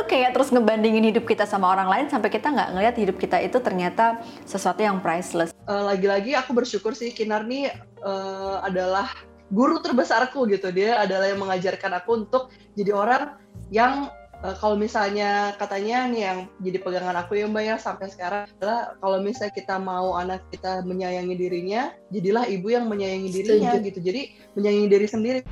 kayak terus ngebandingin hidup kita sama orang lain sampai kita nggak ngelihat hidup kita itu ternyata sesuatu yang priceless. Lagi-lagi aku bersyukur sih Kinar nih adalah guru terbesarku gitu. Dia adalah yang mengajarkan aku untuk jadi orang yang kalau misalnya katanya nih yang jadi pegangan aku ya Mbak ya sampai sekarang adalah kalau misalnya kita mau anak kita menyayangi dirinya, jadilah ibu yang menyayangi dirinya gitu. Jadi menyayangi diri sendiri.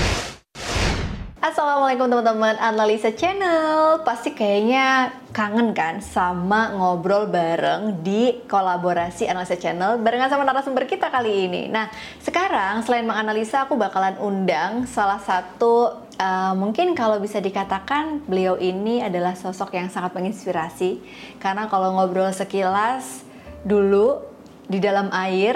Assalamualaikum teman-teman Analisa Channel. Pasti kayaknya kangen kan sama ngobrol bareng di kolaborasi Analisa Channel barengan sama narasumber kita kali ini. Nah, sekarang selain menganalisa, aku bakalan undang salah satu mungkin kalau bisa dikatakan beliau ini adalah sosok yang sangat menginspirasi. Karena kalau ngobrol sekilas dulu di dalam air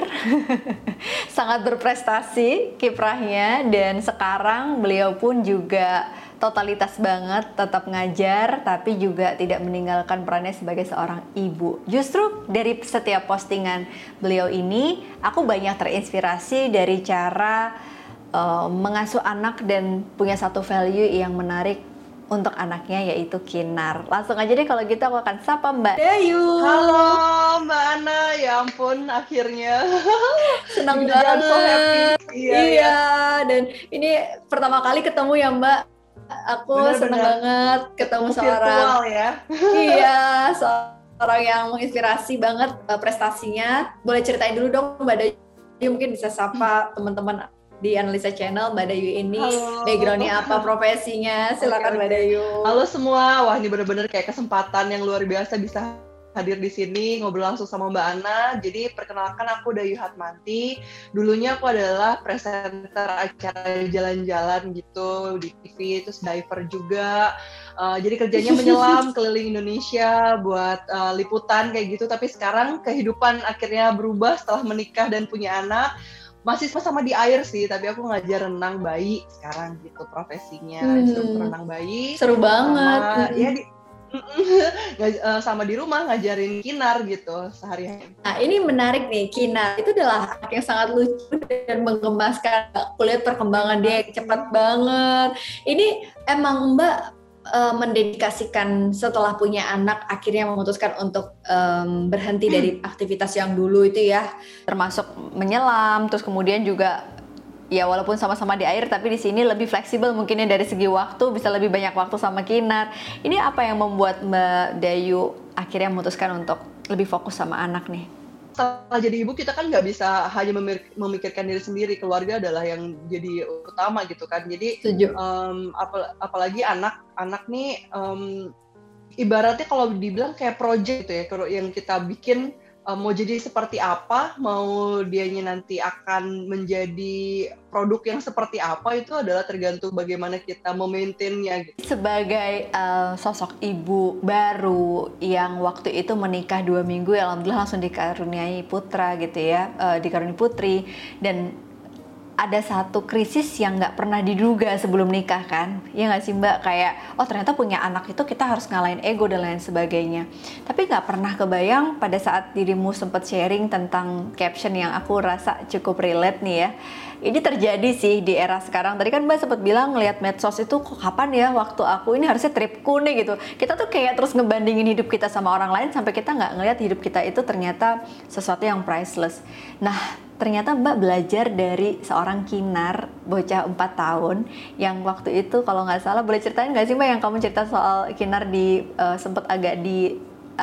sangat berprestasi kiprahnya, dan sekarang beliau pun juga totalitas banget, tetap ngajar tapi juga tidak meninggalkan perannya sebagai seorang ibu. Justru dari setiap postingan beliau ini aku banyak terinspirasi dari cara mengasuh anak dan punya satu value yang menarik untuk anaknya, yaitu Kinar. Langsung aja deh kalau gitu aku akan sapa Mbak Dayu. Halo Mbak Ana, ya ampun akhirnya. Senang banget. So happy. Iya, dan ini pertama kali ketemu ya Mbak. Aku senang banget ketemu seorang ya. Iya, seorang yang menginspirasi banget prestasinya. Boleh ceritain dulu dong Mbak Dayu, mungkin bisa sapa teman-teman di Analisa Channel, Mbak Dayu ini. Halo. Backgroundnya apa, profesinya, silakan Mbak Dayu. Halo semua, wah ini benar-benar kayak kesempatan yang luar biasa bisa hadir di sini ngobrol langsung sama Mbak Ana. Jadi perkenalkan, aku Dayu Hatmanti. Dulunya aku adalah presenter acara jalan-jalan gitu di TV, terus diver juga. Jadi kerjanya menyelam keliling Indonesia buat liputan kayak gitu. Tapi sekarang kehidupan akhirnya berubah setelah menikah dan punya anak. Masih sama di air sih, tapi aku ngajar renang bayi sekarang gitu profesinya. Instruktur renang bayi. Seru banget. Sama, ya sama di rumah ngajarin Kinar gitu sehari-hari. Nah ini menarik nih, Kinar itu adalah anak yang sangat lucu dan menggemaskan. Aku lihat perkembangan dia cepat banget. Ini emang Mbak mendedikasikan setelah punya anak akhirnya memutuskan untuk berhenti dari aktivitas yang dulu itu ya, termasuk menyelam, terus kemudian juga ya walaupun sama-sama di air tapi di sini lebih fleksibel mungkinnya dari segi waktu, bisa lebih banyak waktu sama Kinar. Ini apa yang membuat Mbak Dayu akhirnya memutuskan untuk lebih fokus sama anak nih? Setelah jadi ibu kita kan nggak bisa hanya memikirkan diri sendiri, keluarga adalah yang jadi utama gitu kan. Jadi apalagi anak nih ibaratnya kalau dibilang kayak project gitu ya, kalau yang kita bikin mau jadi seperti apa, mau dianya nanti akan menjadi produk yang seperti apa, itu adalah tergantung bagaimana kita memaintainnya gitu. Sebagai sosok ibu baru yang waktu itu menikah 2 minggu, ya alhamdulillah langsung dikaruniai putra gitu ya, dikaruniai putri, dan ada satu krisis yang nggak pernah diduga sebelum nikah kan, ya nggak sih Mbak? Kayak ternyata punya anak itu kita harus ngalahin ego dan lain sebagainya. Tapi nggak pernah kebayang pada saat dirimu sempat sharing tentang caption yang aku rasa cukup relate nih ya. Ini terjadi sih di era sekarang. Tadi kan Mbak sempat bilang ngelihat medsos itu kok kapan ya waktu aku ini harusnya tripku nih gitu. Kita tuh kayak terus ngebandingin hidup kita sama orang lain sampai kita nggak ngelihat hidup kita itu ternyata sesuatu yang priceless. Nah, ternyata Mbak belajar dari seorang Kinar, bocah 4 tahun yang waktu itu kalau nggak salah, boleh ceritain nggak sih Mbak yang kamu cerita soal Kinar di sempat agak di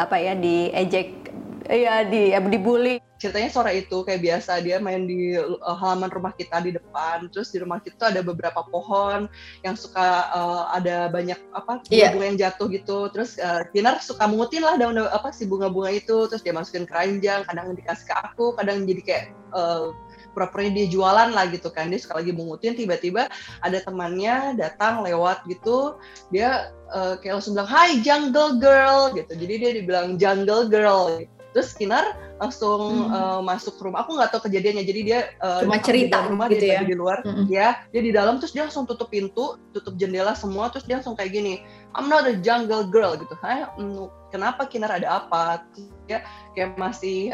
diejek, ya dibully. Ceritanya sore itu kayak biasa dia main di halaman rumah kita di depan, terus di rumah kita ada beberapa pohon yang suka ada banyak bunga yang jatuh gitu, terus Kinar suka mengutin lah daun si bunga-bunga itu, terus dia masukin keranjang, kadang dikasih ke aku, kadang jadi kayak pura-puranya dia jualan lah gitu kan. Dia suka lagi mengutin, tiba-tiba ada temannya datang lewat gitu, dia kayak langsung bilang hi jungle girl gitu, jadi dia dibilang jungle girl gitu. Terus Kinar langsung masuk ke rumah. Aku nggak tahu kejadiannya. Jadi dia cuma cerita di rumah, gitu dia ya. Di luar, ya. Dia di dalam, terus dia langsung tutup pintu, tutup jendela semua, terus dia langsung kayak gini, I'm not a jungle girl gitu. Kenapa Kinar, ada apa? Dia kayak masih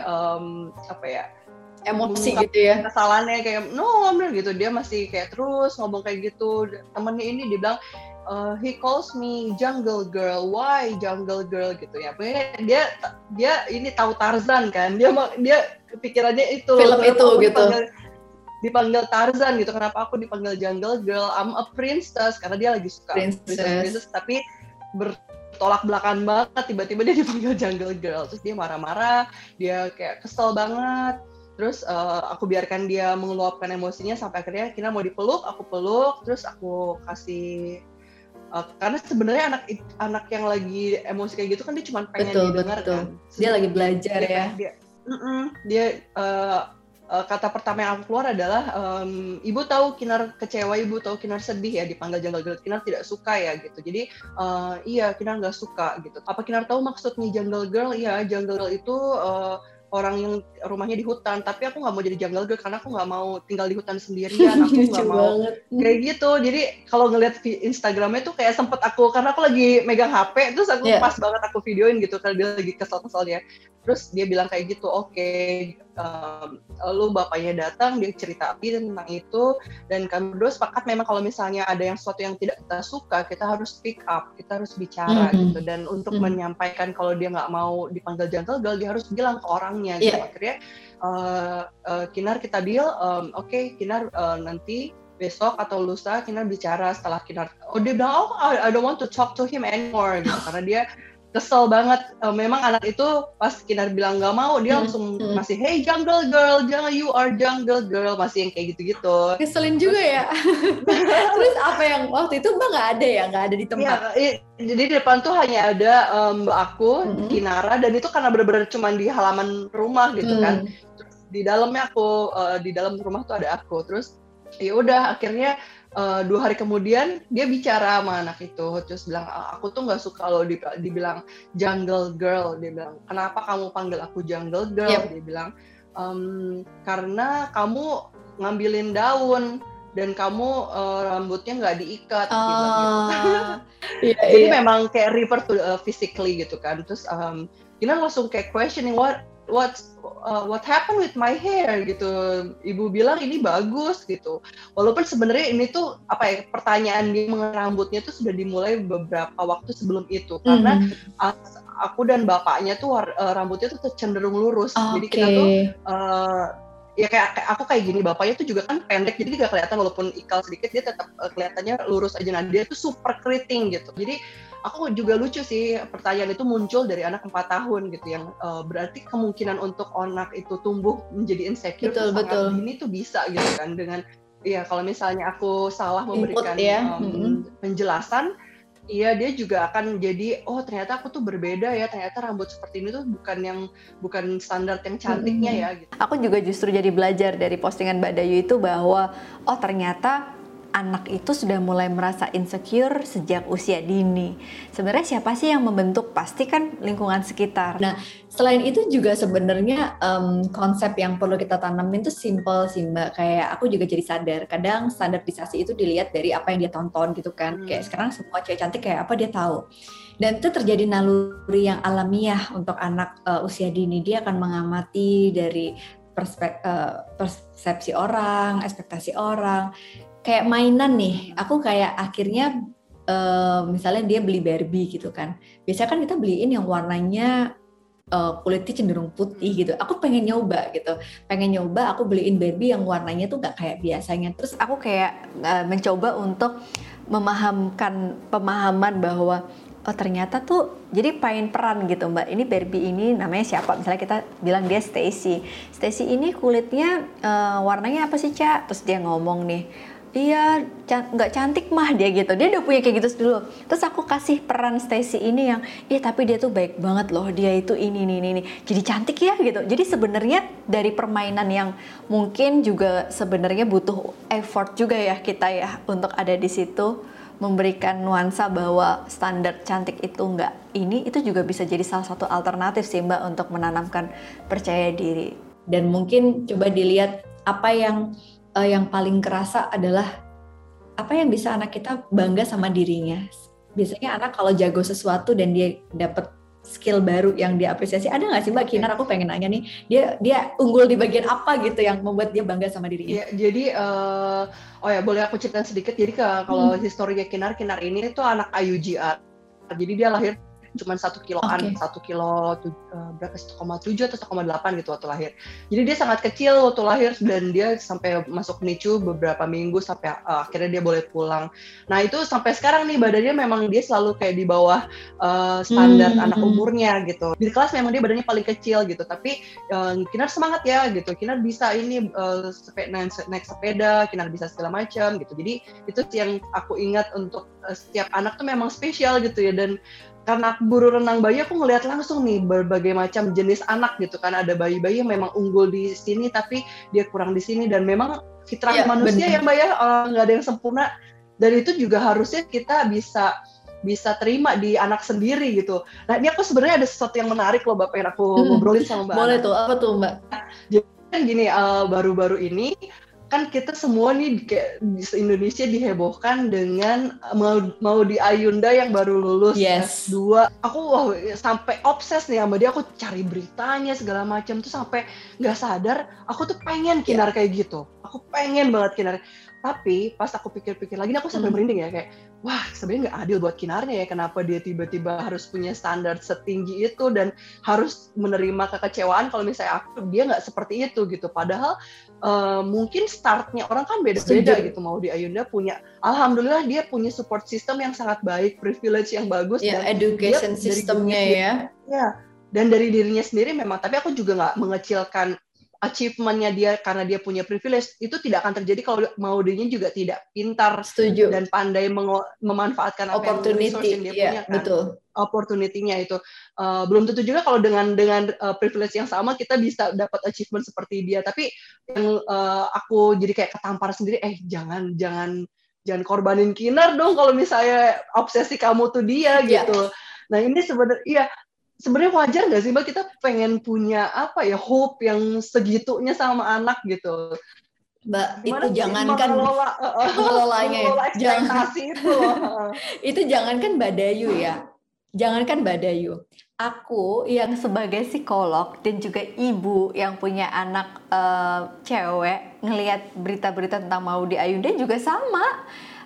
emosi gitu ya. Kesalahannya kayak no, I'm not gitu. Dia masih kayak terus ngomong kayak gitu. Temennya ini dia bilang he calls me jungle girl, why jungle girl gitu ya. Dia ini tahu Tarzan kan, dia pikirannya itu film itu gitu. Dipanggil Tarzan gitu, kenapa aku dipanggil jungle girl, I'm a princess, karena dia lagi suka princess, tapi bertolak belakang banget, tiba-tiba dia dipanggil jungle girl, terus dia marah-marah, dia kayak kesel banget, terus aku biarkan dia mengeluapkan emosinya sampai akhirnya Kinar mau dipeluk, aku peluk, terus aku kasih karena sebenarnya anak yang lagi emosi kayak gitu kan dia cuma pengen didengar kan, dia lagi belajar dia kata pertama yang aku keluar adalah ibu tahu Kinar kecewa, ibu tahu Kinar sedih ya dipanggil jungle girl, Kinar tidak suka ya gitu, jadi iya Kinar nggak suka gitu. Apa Kinar tahu maksudnya jungle girl? Iya, jungle girl itu orang yang rumahnya di hutan, tapi aku nggak mau jadi jungle girl karena aku nggak mau tinggal di hutan sendirian, aku nggak mau kayak gitu. Jadi kalau ngeliat Instagramnya tuh kayak sempet aku, karena aku lagi megang HP, terus aku pas banget aku videoin gitu karena dia lagi kesel-kesel dia. Terus dia bilang kayak gitu, oke, lu bapaknya datang, dia ceritain tentang itu, dan kami berdua sepakat memang kalau misalnya ada yang sesuatu yang tidak kita suka, kita harus speak up, kita harus bicara gitu, dan untuk menyampaikan kalau dia nggak mau dipanggil jungle girl, dia harus bilang ke orangnya gitu. Akhirnya Kinar kita deal, oke, Kinar nanti besok atau lusa Kinar bicara setelah Kinar, dia bilang, I don't want to talk to him anymore gitu, karena dia kesel banget. Memang anak itu pas Kinar bilang nggak mau, dia langsung masih hey jungle girl, jangan, you are jungle girl, masih yang kayak gitu-gitu. Keselin juga ya. Terus apa yang waktu itu Mbak nggak ada di tempat? Iya, jadi di depan tuh hanya ada Mbak aku, Kinara, dan itu karena benar-benar cuma di halaman rumah gitu kan. Terus di dalamnya aku, di dalam rumah tuh ada aku. Terus ya udah akhirnya 2 hari kemudian dia bicara sama anak itu, terus bilang, aku tuh nggak suka kalau dibilang jungle girl. Dia bilang, kenapa kamu panggil aku jungle girl? Dia bilang, karena kamu ngambilin daun dan kamu rambutnya nggak diikat gitu. Jadi memang kayak refer to physically gitu kan. Terus Kinar langsung kayak questioning, what happened with my hair gitu. Ibu bilang ini bagus gitu. Walaupun sebenarnya ini tuh pertanyaan dia mengenai rambutnya tuh sudah dimulai beberapa waktu sebelum itu, karena aku dan bapaknya tuh rambutnya tuh cenderung lurus. Jadi kita tuh ya kayak aku kayak gini, bapaknya tuh juga kan pendek, jadi nggak kelihatan, walaupun ikal sedikit dia tetap kelihatannya lurus aja. Nah dia tuh super keriting gitu. Jadi aku juga lucu sih, pertanyaan itu muncul dari anak 4 tahun gitu, yang berarti kemungkinan untuk anak itu tumbuh menjadi insecure sangat dini tuh bisa gitu kan, dengan ya kalau misalnya aku salah memberikan penjelasan, iya dia juga akan jadi, oh ternyata aku tuh berbeda ya, ternyata rambut seperti ini tuh bukan standar yang cantiknya ya gitu. Aku juga justru jadi belajar dari postingan Mbak Dayu itu bahwa oh ternyata anak itu sudah mulai merasa insecure sejak usia dini. Sebenarnya siapa sih yang membentuk? Pasti kan lingkungan sekitar. Nah, selain itu juga sebenarnya konsep yang perlu kita tanamin itu simple sih Mbak. Kayak aku juga jadi sadar, kadang standarisasi itu dilihat dari apa yang dia tonton gitu kan. Kayak sekarang semua cewek cantik kayak apa dia tahu. Dan itu terjadi naluri yang alamiah untuk anak usia dini. Dia akan mengamati dari persepsi orang, ekspektasi orang. Kayak mainan nih, aku kayak akhirnya misalnya dia beli Barbie gitu kan. Biasanya kan kita beliin yang warnanya kulitnya cenderung putih gitu. Aku pengen nyoba gitu. Aku beliin Barbie yang warnanya tuh gak kayak biasanya. Terus aku kayak mencoba untuk pemahaman bahwa oh ternyata tuh jadi main peran gitu Mbak. Ini Barbie ini namanya siapa? Misalnya kita bilang dia Stacy. Stacy ini kulitnya warnanya apa sih Ca? Terus dia ngomong nih, iya nggak cantik mah dia gitu. Dia udah punya kayak gitu dulu. Terus aku kasih peran Stacy ini yang tapi dia tuh baik banget loh, dia itu ini jadi cantik ya gitu. Jadi sebenarnya dari permainan yang mungkin juga sebenarnya butuh effort juga ya kita ya untuk ada di situ, memberikan nuansa bahwa standar cantik itu nggak ini, itu juga bisa jadi salah satu alternatif sih Mbak untuk menanamkan percaya diri. Dan mungkin coba dilihat apa yang paling kerasa adalah apa yang bisa anak kita bangga sama dirinya. Biasanya anak kalau jago sesuatu dan dia dapat skill baru yang dia apresiasi? Ada nggak sih Mbak Kinar? Aku pengen nanya nih, dia unggul di bagian apa gitu yang membuat dia bangga sama dirinya? Ya, jadi boleh aku cerita sedikit. Jadi kalau historinya Kinar ini itu anak IUGR. Jadi dia lahir cuma 1 kiloan, 1 kilo berapa 1,7 atau 1,8 gitu waktu lahir. Jadi dia sangat kecil waktu lahir dan dia sampai masuk NICU beberapa minggu sampai akhirnya dia boleh pulang. Nah itu sampai sekarang nih badannya memang dia selalu kayak di bawah standar anak umurnya gitu. Di kelas memang dia badannya paling kecil gitu, tapi Kinar semangat ya gitu. Kinar bisa ini naik sepeda, Kinar bisa segala macam gitu. Jadi itu yang aku ingat untuk setiap anak tuh memang spesial gitu ya. Dan karena aku guru renang bayi, aku ngelihat langsung nih berbagai macam jenis anak gitu kan. Ada bayi-bayi yang memang unggul di sini tapi dia kurang di sini, dan memang fitrah manusia ya Mbak ya, nggak ada yang sempurna, dan itu juga harusnya kita bisa terima di anak sendiri gitu. Nah ini aku sebenarnya ada sesuatu yang menarik loh Mbak, pengen aku ngobrolin sama Mbak. Boleh tuh, apa tuh Mbak? Jadi kan gini, baru-baru ini kan kita semua nih kayak di Indonesia dihebohkan dengan Maudy Ayunda yang baru lulus S2. Aku sampai obses nih sama dia, aku cari beritanya segala macam tuh sampai nggak sadar aku tuh pengen Kinar kayak gitu. Aku pengen banget Kinar. Tapi pas aku pikir-pikir lagi, aku sampai merinding ya, kayak wah sebenarnya nggak adil buat Kinarnya ya, kenapa dia tiba-tiba harus punya standar setinggi itu dan harus menerima kekecewaan kalau misalnya dia nggak seperti itu gitu. Padahal mungkin startnya orang kan beda-beda gitu. Maudy Ayunda punya, alhamdulillah dia punya support system yang sangat baik, privilege yang bagus, dan education systemnya ya. Dan dari dirinya sendiri memang, tapi aku juga nggak mengecilkan achievement-nya dia karena dia punya privilege. Itu tidak akan terjadi kalau Maudy-nya juga tidak pintar dan pandai memanfaatkan opportunity yang dia punya kan. Betul. Opportunity-nya itu belum tentu juga kalau dengan privilege yang sama kita bisa dapat achievement seperti dia. Tapi yang aku jadi kayak ketampar sendiri, jangan korbanin Kinar dong kalau misalnya obsesi kamu tuh dia gitu. Nah ini sebenarnya wajar nggak sih Mbak kita pengen punya hope yang segitunya sama anak gitu? Mbak, itu jangankan mengelolanya itu jangankan Mbak Dayu ya. Jangankan Mbak Dayu. Aku yang sebagai psikolog dan juga ibu yang punya anak cewek, ngelihat berita-berita tentang Maudy Ayunda juga sama.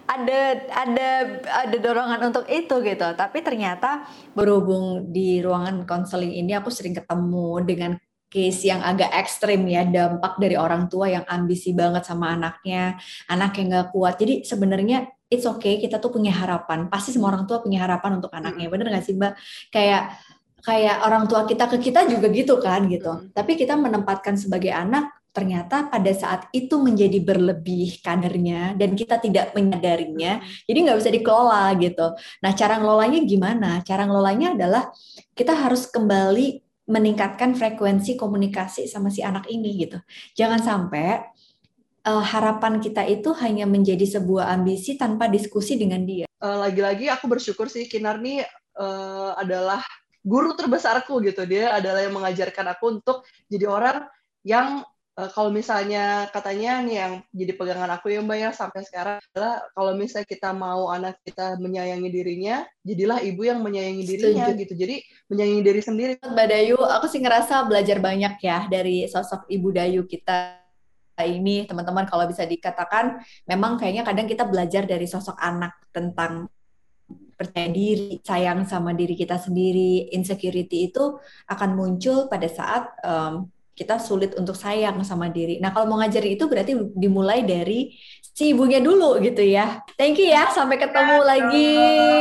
Ada dorongan untuk itu gitu, tapi ternyata berhubung di ruangan konseling ini aku sering ketemu dengan case yang agak ekstrim ya, dampak dari orang tua yang ambisi banget sama anaknya nggak kuat. Jadi sebenarnya it's okay, kita tuh punya harapan, pasti semua orang tua punya harapan untuk anaknya, bener nggak sih Mbak? Kayak orang tua kita ke kita juga gitu kan gitu, tapi kita menempatkan sebagai anak, ternyata pada saat itu menjadi berlebih kadernya dan kita tidak menyadarinya, jadi nggak bisa dikelola gitu. Nah cara ngelolanya gimana? Cara ngelolanya adalah kita harus kembali meningkatkan frekuensi komunikasi sama si anak ini gitu. Jangan sampai harapan kita itu hanya menjadi sebuah ambisi tanpa diskusi dengan dia. Lagi-lagi aku bersyukur sih Kinar nih adalah guru terbesarku gitu. Dia adalah yang mengajarkan aku untuk jadi orang yang kalau misalnya katanya nih yang jadi pegangan aku ya Mbak ya sampai sekarang adalah kalau misalnya kita mau anak kita menyayangi dirinya, jadilah ibu yang menyayangi dirinya gitu. Jadi menyayangi diri sendiri. Mbak Dayu, aku sih ngerasa belajar banyak ya dari sosok Ibu Dayu kita ini, teman-teman. Kalau bisa dikatakan memang kayaknya kadang kita belajar dari sosok anak tentang percaya diri, sayang sama diri kita sendiri. Insecurity itu akan muncul pada saat kita sulit untuk sayang sama diri. Nah, kalau mau ngajarin itu berarti dimulai dari si ibunya dulu gitu ya. Thank you ya, sampai ketemu lagi.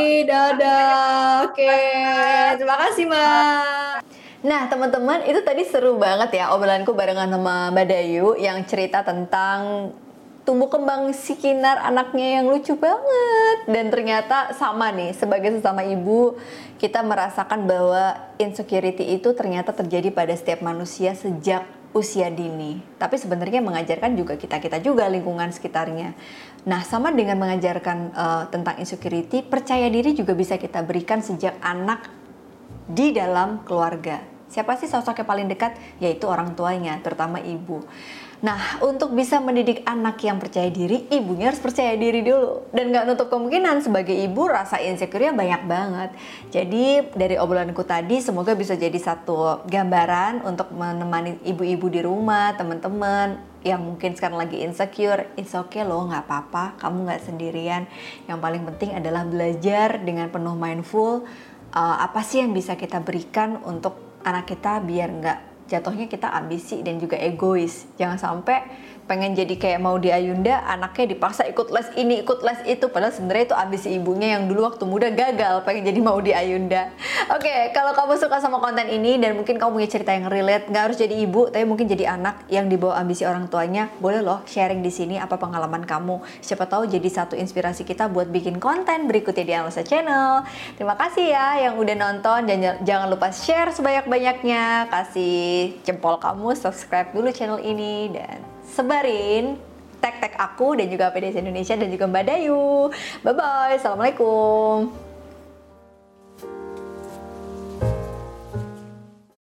Dadah. Oke, terima kasih Mbak. Nah teman-teman, itu tadi seru banget ya obrolanku barengan sama Mbak Dayu yang cerita tentang tumbuh kembang si Kinar, anaknya yang lucu banget. Dan ternyata sama nih, sebagai sesama ibu, kita merasakan bahwa insecurity itu ternyata terjadi pada setiap manusia sejak usia dini. Tapi sebenarnya mengajarkan juga kita juga, lingkungan sekitarnya. Nah, sama dengan mengajarkan tentang insecurity, percaya diri juga bisa kita berikan sejak anak di dalam keluarga. Siapa sih sosok yang paling dekat? Yaitu orang tuanya, terutama ibu. Nah, untuk bisa mendidik anak yang percaya diri, ibunya harus percaya diri dulu. Dan nggak nutup kemungkinan sebagai ibu rasa insecure-nya banyak banget. Jadi dari obrolanku tadi semoga bisa jadi satu gambaran untuk menemani ibu-ibu di rumah, teman-teman yang mungkin sekarang lagi insecure. It's okay loh, nggak apa-apa, kamu nggak sendirian. Yang paling penting adalah belajar dengan penuh mindful, apa sih yang bisa kita berikan untuk anak kita biar nggak jatuhnya kita ambisi dan juga egois. Jangan sampai pengen jadi kayak Maudy Ayunda, anaknya dipaksa ikut les ini, ikut les itu, padahal sebenarnya itu ambisi ibunya yang dulu waktu muda gagal pengen jadi Maudy Ayunda. Oke, kalau kamu suka sama konten ini dan mungkin kamu punya cerita yang relate, nggak harus jadi ibu, tapi mungkin jadi anak yang dibawa ambisi orang tuanya, boleh loh sharing di sini apa pengalaman kamu. Siapa tahu jadi satu inspirasi kita buat bikin konten berikutnya di Analisa Channel. Terima kasih ya yang udah nonton, dan jangan lupa share sebanyak-banyaknya, kasih jempol kamu, subscribe dulu channel ini, dan sebarin tag-tag aku dan juga PDS Indonesia dan juga Mbak Dayu. Bye-bye, assalamualaikum.